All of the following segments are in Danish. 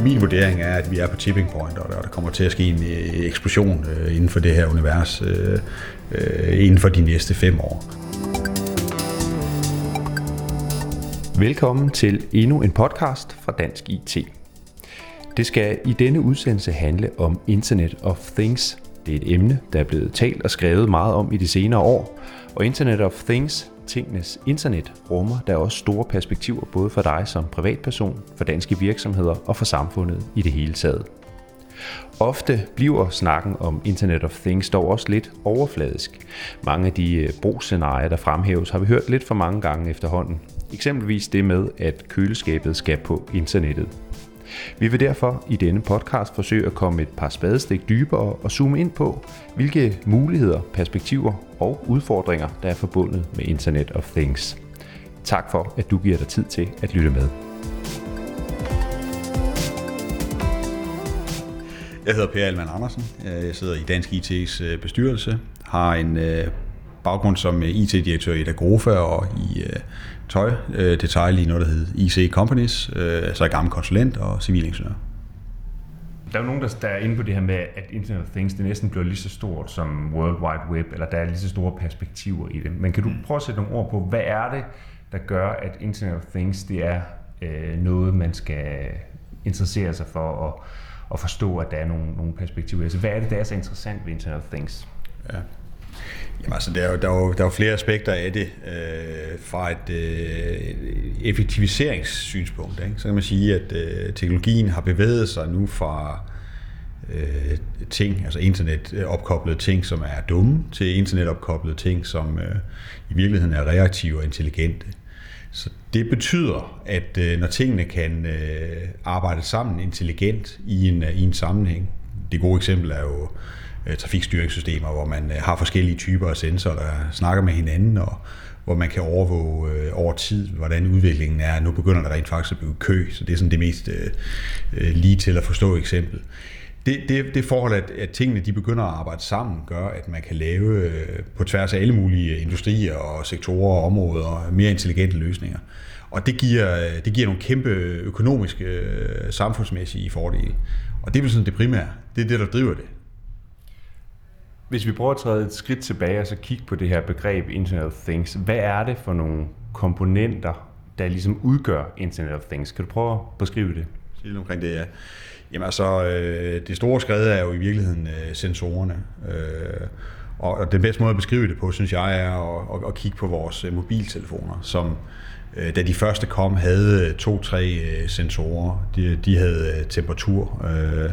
Min vurdering er, at vi er på tipping point, og der kommer til at ske en eksplosion inden for det her univers inden for de næste 5 år. Velkommen til endnu en podcast fra Dansk IT. Det skal i denne udsendelse handle om Internet of Things. Det er et emne, der er blevet talt og skrevet meget om i de senere år. Og Internet of Things, tingenes internet, rummer der også store perspektiver både for dig som privatperson, for danske virksomheder og for samfundet i det hele taget. Ofte bliver snakken om Internet of Things dog også lidt overfladisk. Mange af de brugsscenarier, der fremhæves, har vi hørt lidt for mange gange efterhånden. Eksempelvis det med, at køleskabet skal på internettet. Vi vil derfor i denne podcast forsøge at komme et par spadestik dybere og zoome ind på, hvilke muligheder, perspektiver og udfordringer, der er forbundet med Internet of Things. Tak for, at du giver dig tid til at lytte med. Jeg hedder Per Elman Andersen. Jeg sidder i Dansk IT's bestyrelse, har en baggrund som IT-direktør i Dagrofa og i tøjdetail i noget, der hedder IC Companies, så er jeg gammel konsulent og civilingeniør. Der er jo nogen, der er inde på det her med, at Internet of Things det næsten bliver lige så stort som World Wide Web, eller der er lige så store perspektiver i det. Men kan du prøve at sætte nogle ord på, hvad er det, der gør, at Internet of Things det er noget, man skal interessere sig for og forstå, at der er nogle perspektiver. Altså, hvad er det, der er så interessant ved Internet of Things? Ja. Jamen, altså, der er jo flere aspekter af det fra et effektiviseringssynspunkt. Ikke? Så kan man sige, at teknologien har bevæget sig nu fra ting, altså internetopkoblede ting, som er dumme, til internetopkoblede ting, som i virkeligheden er reaktive og intelligente. Så det betyder, at når tingene kan arbejde sammen intelligent i en sammenhæng, det gode eksempel er jo trafikstyringssystemer, hvor man har forskellige typer af sensorer, der snakker med hinanden, og hvor man kan overvåge over tid, hvordan udviklingen er. Nu begynder der rent faktisk at blive kø, så det er sådan det mest lige til at forstå eksempel. Det forhold, at tingene de begynder at arbejde sammen, gør, at man kan lave på tværs af alle mulige industrier og sektorer og områder mere intelligente løsninger. Og det giver nogle kæmpe økonomiske, samfundsmæssige fordele. Og det er vel sådan det primære. Det er det, der driver det. Hvis vi prøver at træde et skridt tilbage og så kigge på det her begreb Internet of Things, hvad er det for nogle komponenter, der ligesom udgør Internet of Things? Kan du prøve at beskrive det? Lidt omkring det, ja. Jamen altså, det store skred er jo i virkeligheden sensorerne. Og den bedste måde at beskrive det på, synes jeg, er at kigge på vores mobiltelefoner, som da de første kom, havde 2-3 sensorer. De havde temperatur,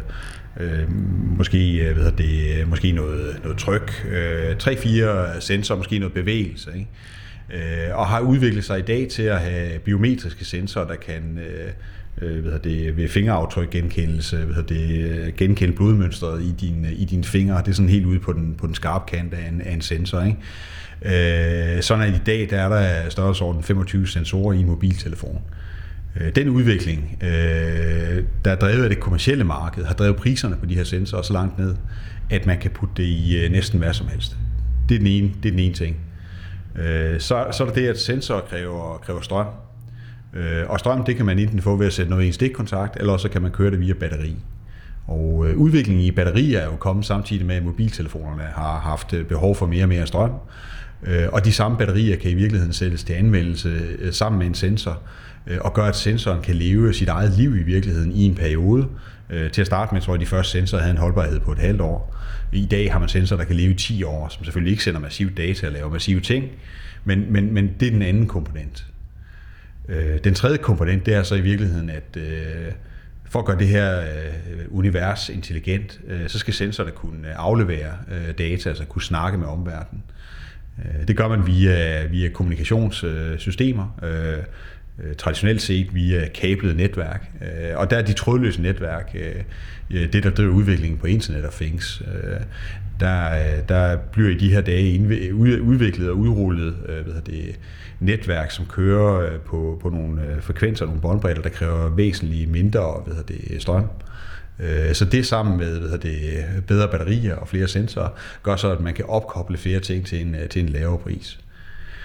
måske noget tryk, 3-4 sensorer, måske noget bevægelse, ikke? Og har udviklet sig i dag til at have biometriske sensorer, der kan ved fingeraftryk genkendelse, genkende blodmønstret i dine fingre. Det er sådan helt ude på den skarpe kant af en sensor, ikke? Sådan at i dag der er der størrelsesorden 25 sensorer i en mobiltelefon. Den udvikling, der er drevet af det kommercielle marked, har drevet priserne på de her sensorer så langt ned, at man kan putte det i næsten hvad som helst. Det er den ene ting. Så er der det, at sensorer kræver strøm. Og strøm, det kan man enten få ved at sætte noget i en stikkontakt, eller så kan man køre det via batteri. Og udviklingen i batterier er jo kommet samtidig med, at mobiltelefonerne har haft behov for mere og mere strøm. Og de samme batterier kan i virkeligheden sættes til anvendelse sammen med en sensor, og gør, at sensoren kan leve sit eget liv i virkeligheden i en periode. Til at starte med, tror jeg, de første sensorer havde en holdbarhed på et halvt år. I dag har man sensorer, der kan leve i 10 år, som selvfølgelig ikke sender massiv data og laver massive ting, men det er den anden komponent. Den tredje komponent, det er så i virkeligheden, at for at gøre det her univers intelligent, så skal sensorerne kunne aflevere data, altså kunne snakke med omverdenen. Det gør man via kommunikationssystemer, traditionelt set via kablet netværk. Og der er de trådløse netværk, det der driver udviklingen på Internet of Things. Der bliver i de her dage udviklet og udrullet netværk, som kører på nogle frekvenser, nogle båndbredder, der kræver væsentligt mindre strøm. Så det sammen med bedre batterier og flere sensorer, gør så, at man kan opkoble flere ting til en lavere pris.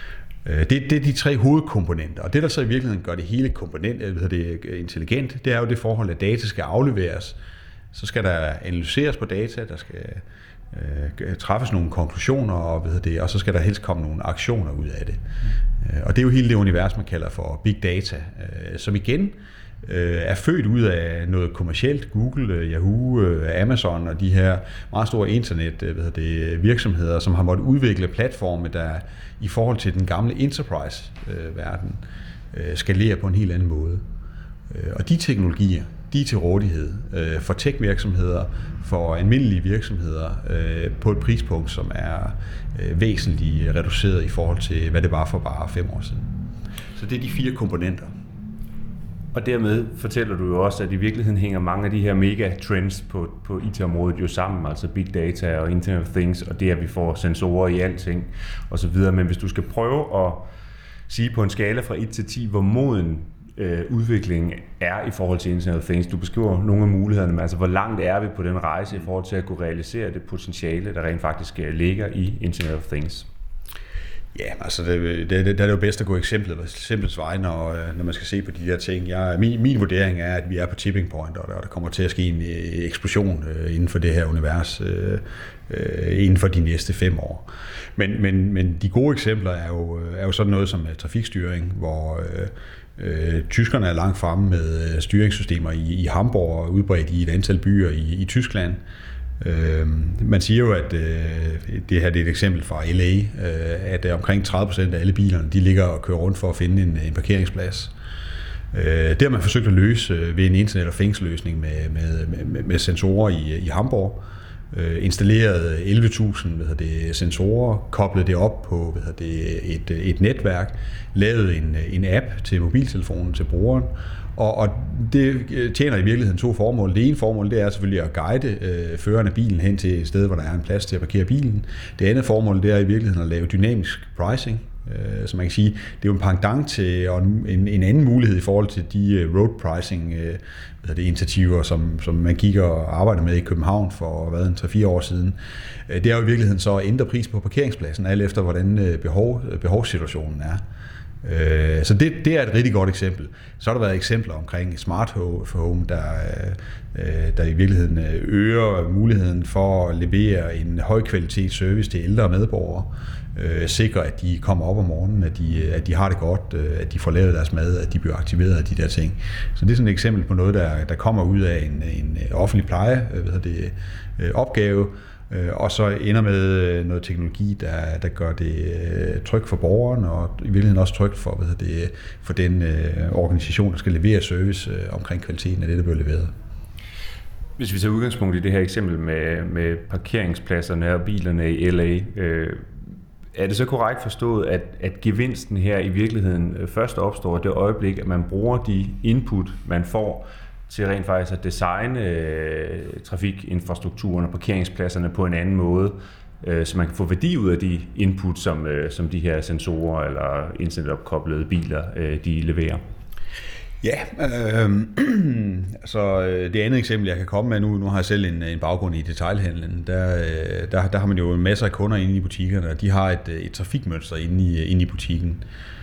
Det er de 3 hovedkomponenter, og det der så i virkeligheden gør det hele intelligent, det er jo det forhold, at data skal afleveres, så skal der analyseres på data, der skal træffes nogle konklusioner, og så skal der helst komme nogle aktioner ud af det. Og det er jo hele det univers, man kalder for big data, som igen er født ud af noget kommercielt, Google, Yahoo, Amazon og de her meget store virksomheder, som har måttet udvikle platforme, der i forhold til den gamle enterprise-verden skalerer på en helt anden måde. Og de teknologier, de er til rådighed for tech-virksomheder, for almindelige virksomheder på et prispunkt, som er væsentligt reduceret i forhold til, hvad det var for bare 5 år siden. Så det er de 4 komponenter. Og dermed fortæller du jo også, at i virkeligheden hænger mange af de her megatrends på IT-området jo sammen, altså big data og Internet of Things, og det at vi får sensorer i alting osv. Men hvis du skal prøve at sige på en skala fra 1 til 10, hvor moden udviklingen er i forhold til Internet of Things. Du beskriver nogle af mulighederne, men altså hvor langt er vi på den rejse i forhold til at kunne realisere det potentiale, der rent faktisk ligger i Internet of Things? Ja, altså der er det jo bedst at gå eksemplets vej, når man skal se på de der ting. Min vurdering er, at vi er på tipping point, og der kommer til at ske en eksplosion inden for det her univers inden for de næste 5 år. Men de gode eksempler er jo sådan noget som trafikstyring, hvor tyskerne er langt fremme med styringssystemer i Hamburg og udbredt i et antal byer i Tyskland. Man siger jo, at det her det er et eksempel fra LA, at omkring 30% af alle bilerne de ligger og kører rundt for at finde en parkeringsplads. Det har man forsøgt at løse ved en Internet of Things løsning med sensorer i Hamburg. Installeret 11.000 sensorer, koblet det op på et netværk, lavet en app til mobiltelefonen til brugeren, og det tjener i virkeligheden 2 formål. Det ene formål det er selvfølgelig at guide føreren af bilen hen til et sted, hvor der er en plads til at parkere bilen. Det andet formål det er i virkeligheden at lave dynamisk pricing. Så man kan sige, det er jo en pendant til og en anden mulighed i forhold til de road pricing initiativer, som man kigger og arbejder med i København for 3-4 år siden. Det er jo i virkeligheden så at ændre pris på parkeringspladsen, alt efter hvordan behovssituationen er. Så det er et rigtig godt eksempel. Så har der været eksempler omkring smart home, der i virkeligheden øger muligheden for at levere en højkvalitets service til ældre medborgere, sikre at de kommer op om morgenen, at de har det godt, at de får lavet deres mad, at de bliver aktiveret af de der ting. Så det er sådan et eksempel på noget, der kommer ud af en offentlig pleje opgave, og så ender med noget teknologi, der gør det trygt for borgeren, og i virkeligheden også trygt for den organisation, der skal levere service omkring kvaliteten af det, der bliver leveret. Hvis vi tager udgangspunkt i det her eksempel med parkeringspladserne og bilerne i LA, er det så korrekt forstået, at gevinsten her i virkeligheden først opstår det øjeblik, at man bruger de input, man får, til rent faktisk at designe trafikinfrastrukturen og parkeringspladserne på en anden måde, så man kan få værdi ud af de input, som de her sensorer eller internetopkoblede biler, de leverer? Ja, så det andet eksempel, jeg kan komme med nu har jeg selv en baggrund i detailhandlen. Der har man jo masser af kunder inde i butikkerne, og de har et trafikmønster inde i butikken.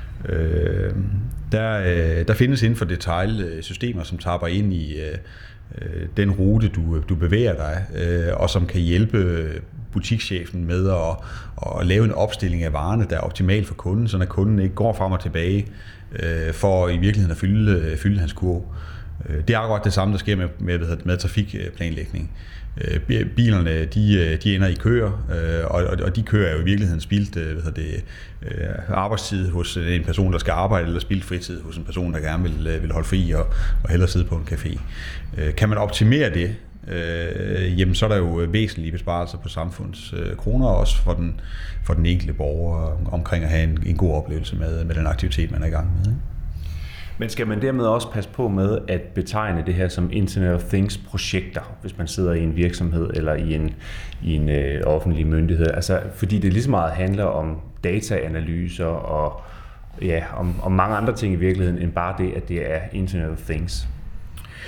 Der findes inden for detailsystemer, som tapper ind i den rute, du bevæger dig, og som kan hjælpe butikschefen med at lave en opstilling af varerne, der er optimal for kunden, så kunden ikke går frem og tilbage for i virkeligheden at fylde hans kurv. Det er akkurat det samme, der sker med trafikplanlægning. Bilerne de ender i køer, og de køer er jo i virkeligheden spildt arbejdstid hos en person, der skal arbejde, eller spildt fritid hos en person, der gerne vil holde fri og hellere sidde på en café. Kan man optimere det, jamen så er der jo væsentlige besparelser på samfundskroner, også for den enkelte borger omkring at have en god oplevelse med den aktivitet, man er i gang med. Ikke? Men skal man dermed også passe på med at betegne det her som Internet of Things projekter, hvis man sidder i en virksomhed eller i en offentlig myndighed? Altså, fordi det lige så meget handler om dataanalyser og om mange andre ting i virkeligheden, end bare det, at det er Internet of Things.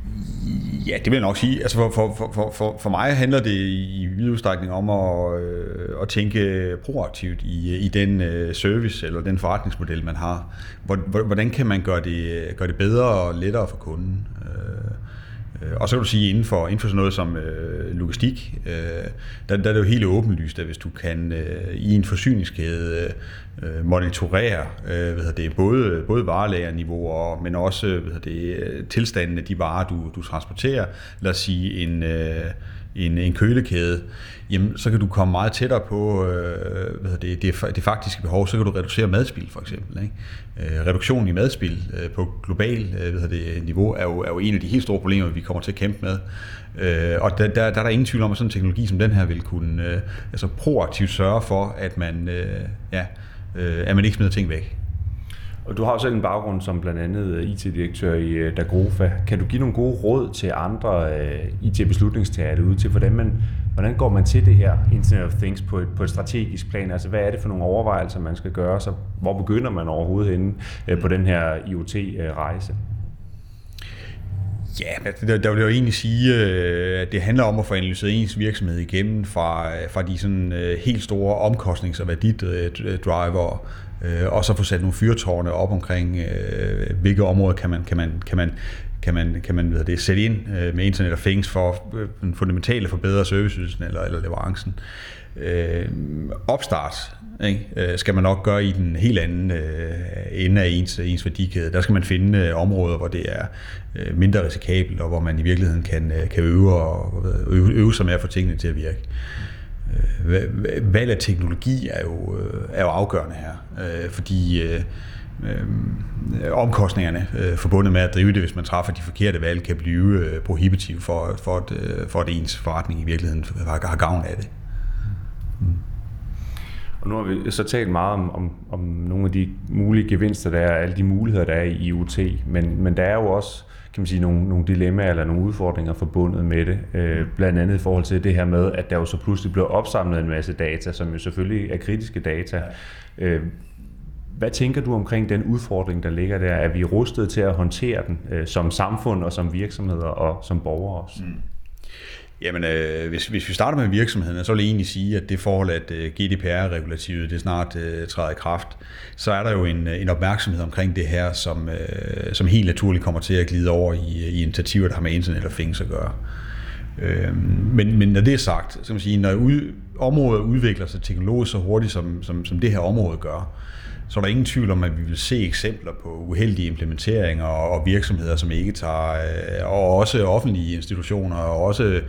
Ja, det vil jeg nok sige. Altså for mig handler det i vid udstrækning om at tænke proaktivt i den service eller den forretningsmodel, man har. Hvordan kan man gøre det bedre og lettere for kunden? Og så kan du sige, inden for sådan noget som logistik, der er det jo helt åbenlyst, at hvis du kan i en forsyningskæde monitorere både varelagerniveau, men også tilstanden af de varer, du transporterer, lad os sige en kølekæde, jamen, så kan du komme meget tættere på det faktiske behov, så kan du reducere madspild for eksempel. Ikke? Reduktion i madspild på global niveau er jo en af de helt store problemer, vi kommer til at kæmpe med. Og der er der ingen tvivl om, at sådan en teknologi som den her vil kunne proaktivt sørge for, at man ikke smider ting væk. Og du har jo selv en baggrund som blandt andet IT-direktør i Dagrofa. Kan du give nogle gode råd til andre IT-beslutningstagere derude til, hvordan går man til det her Internet of Things på et strategisk plan? Altså, hvad er det for nogle overvejelser, man skal gøre? Så hvor begynder man overhovedet henne på den her IoT-rejse? Ja, der vil jeg jo egentlig sige, at det handler om at få analyseret ens virksomhed igennem fra de sådan helt store omkostnings- og værdidriver, og så få sat nogle fyrtårne op omkring, hvilke områder kan man sætte ind med Internet of Things for fundamentalt at forbedre serviceydelsen eller leverancen. Opstart skal man nok gøre i den helt anden ende af ens værdikæde. Der skal man finde områder, hvor det er mindre risikabelt, og hvor man i virkeligheden kan øve sig med at få tingene til at virke. Valg af teknologi er jo afgørende her, fordi omkostningerne forbundet med at drive det, hvis man træffer de forkerte valg, kan blive prohibitive for at ens forretning i virkeligheden har gavn af det. Og nu har vi så talt meget om nogle af de mulige gevinster, der er, alle de muligheder, der er i IoT, men der er jo også, kan man sige, nogle dilemmaer eller nogle udfordringer forbundet med det. Blandt andet i forhold til det her med, at der jo så pludselig bliver opsamlet en masse data, som jo selvfølgelig er kritiske data. Hvad tænker du omkring den udfordring, der ligger der? Er vi rustet til at håndtere den som samfund og som virksomheder og som borgere også? Jamen, hvis vi starter med virksomheden, så vil jeg egentlig sige, at det forhold, at GDPR-regulativet det snart træder i kraft, så er der jo en opmærksomhed omkring det her, som helt naturligt kommer til at glide over i initiativer, der har med Internet of Things at gøre. Men når det er sagt, så kan man sige, når området udvikler sig teknologisk så hurtigt, som det her område gør, så er der ingen tvivl om, at vi vil se eksempler på uheldige implementeringer og virksomheder, som ikke tager, og også offentlige institutioner, og også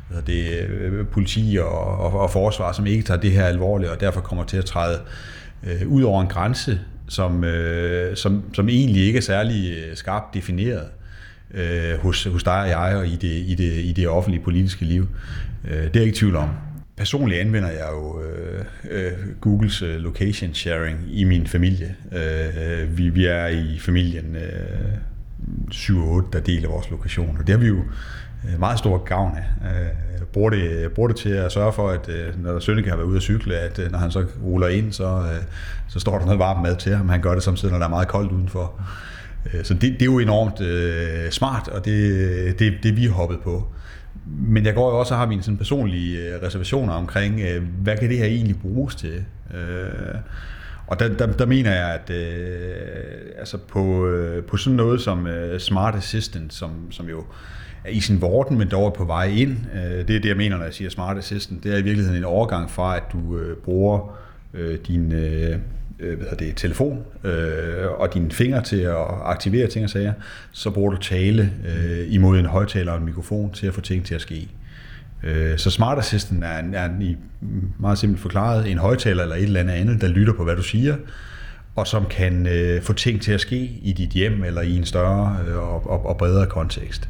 politi og forsvar, som ikke tager det her alvorligt, og derfor kommer til at træde ud over en grænse, som egentlig ikke er særlig skarpt defineret hos dig og jeg og i det offentlige politiske liv. Det er jeg ikke i tvivl om. Personligt anvender jeg jo Googles location sharing i min familie. Vi er i familien 7-8, der deler vores lokation, og det har vi jo meget stor gavn af. Jeg bruger det til at sørge for, at når Sønneke har været ude at cykle, at når han så ruller ind, så står der noget varmt mad til ham. Han gør det samtidig, når der er meget koldt udenfor. Så det er jo enormt smart, og det vi er hoppet på. Men jeg går jo også og har mine sådan personlige reservationer omkring, hvad kan det her egentlig bruges til? Og der mener jeg, at altså på sådan noget som Smart Assistant, som jo er i sin vorden, men dog er på vej ind, det er det, jeg mener, når jeg siger Smart Assistant, det er i virkeligheden en overgang fra, at du bruger din telefon og dine fingre til at aktivere ting og sager, så bruger du tale imod en højttaler og en mikrofon til at få ting til at ske. Så Smart Assistant er meget simpelt forklaret en højttaler eller et eller andet, der lytter på, hvad du siger, og som kan få ting til at ske i dit hjem eller i en større og bredere kontekst.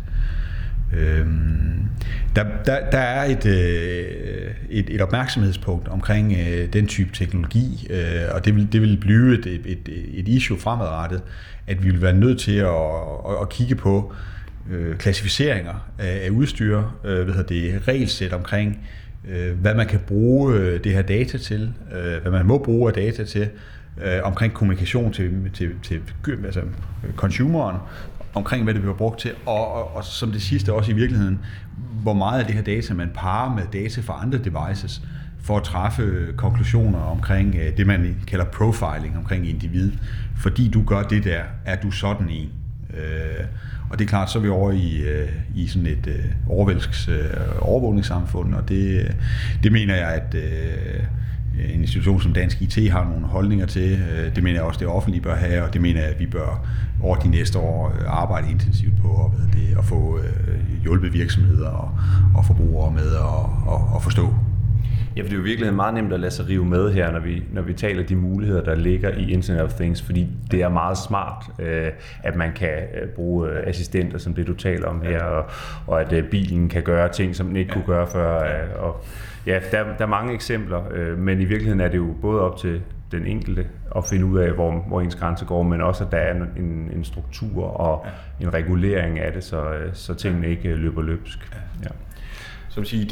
Der er et opmærksomhedspunkt omkring den type teknologi, og det vil blive et issue fremadrettet, at vi vil være nødt til at kigge på klassificeringer af udstyr, regelsæt omkring, hvad man kan bruge det her data til, hvad man må bruge af data til, omkring kommunikation til altså consumeren, omkring hvad det bliver brugt til, og som det sidste også i virkeligheden, hvor meget af det her data man parer med data fra andre devices, for at træffe konklusioner omkring det, man kalder profiling omkring individ. Fordi du gør det der, er du sådan en. Og det er klart, så er vi over i sådan et overvågningssamfund, og det mener jeg, at en institution som Dansk IT har nogle holdninger til. Det mener jeg også, det offentlige bør have, og det mener jeg, at vi bør over de næste år arbejde intensivt på at få hjulpet virksomheder og forbrugere med at forstå. Ja, for det er jo virkelig meget nemt at lade sig rive med her, når vi taler de muligheder, der ligger i Internet of Things, fordi det er meget smart, at man kan bruge assistenter, som det du taler om her, og at bilen kan gøre ting, som den ikke kunne gøre før. Og ja, der er mange eksempler, men i virkeligheden er det jo både op til den enkelte at finde ud af, hvor ens grænse går, men også, at der er en struktur og en regulering af det, så tingene ikke løber løbsk. Ja. Som siger,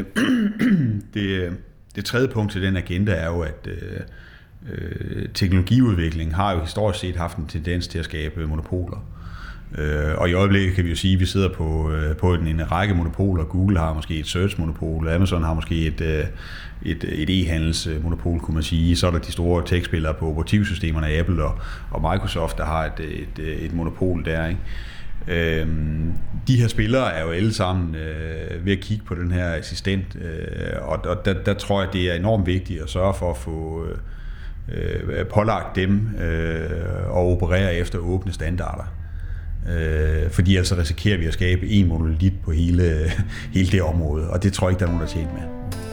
det tredje punkt til den agenda er jo, at teknologiudvikling har jo historisk set haft en tendens til at skabe monopoler. Og i øjeblikket kan vi jo sige, at vi sidder på en række monopoler. Google har måske et search-monopol, Amazon har måske et e-handelsmonopol, kunne man sige. Så er der de store tech-spillere på operativsystemerne, Apple og Microsoft, der har et monopol der, ikke? De her spillere er jo alle sammen ved at kigge på den her assistent, og der tror jeg, det er enormt vigtigt at sørge for at få pålagt dem at operere efter åbne standarder. Fordi altså risikerer vi at skabe en monolit på hele det område, og det tror jeg ikke, der er nogen, der er tjent med.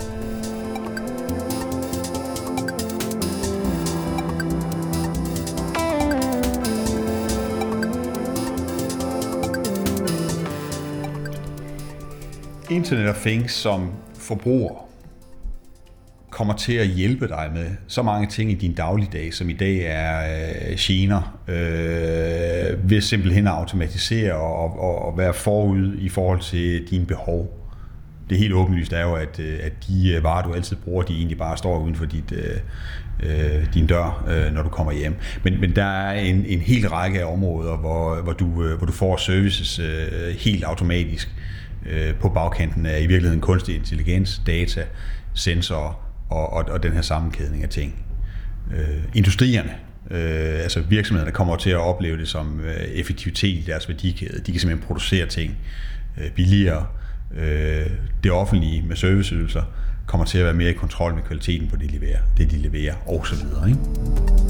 Internet of Things som forbruger kommer til at hjælpe dig med så mange ting i din dagligdag, som i dag er gener, ved simpelthen at automatisere og være forud i forhold til dine behov. Det helt åbenlyst er jo, at de varer, du altid bruger, de egentlig bare står uden for din dør, når du kommer hjem. Men der er en hel række af områder, hvor du får services helt automatisk på bagkanten af i virkeligheden kunstig intelligens, data, sensorer og den her sammenkædning af ting. Industrierne, altså virksomhederne, kommer til at opleve det som effektivitet i deres værdikæde. De kan simpelthen producere ting billigere. Det offentlige med serviceydelser kommer til at være mere i kontrol med kvaliteten på det, de leverer og så videre, ikke?